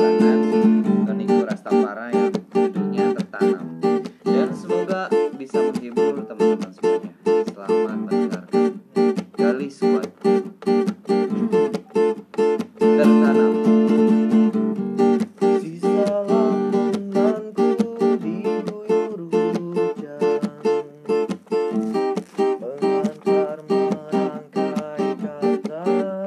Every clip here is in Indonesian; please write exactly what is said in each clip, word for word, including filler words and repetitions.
karangan Toniku Rastafara yang judulnya Tertanam. Dan semoga bisa menghibur teman-teman semuanya. Selamat mendengarkan. Gali Squad. Tertanam. Sisa lamunanku diguyur hujan, mengantar merangkai kata.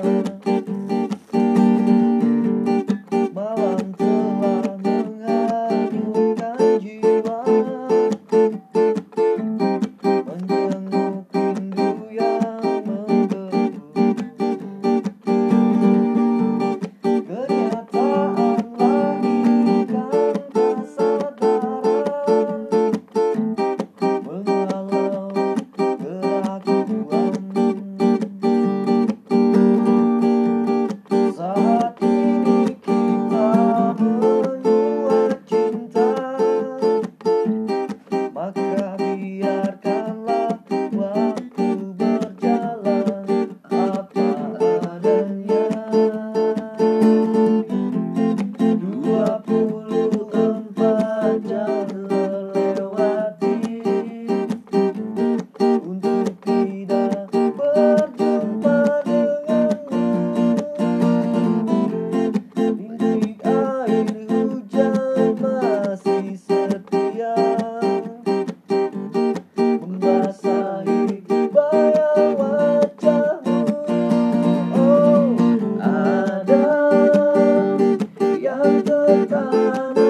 Malam telah menghanyutkan jiwa, menjenguk rindu yang menggebu. Kenyataan lahirkan kesadaran, menghalau keraguan. Saat ini kita menyuap cinta, maka biarkanlah waktu berjalan apa adanya. Dua puluh empat jam terlewati untuk tidak berjumpa denganmu. Rintik air hujan masih setia membasahi bayang wajahmu. Oh, ada yang tertanam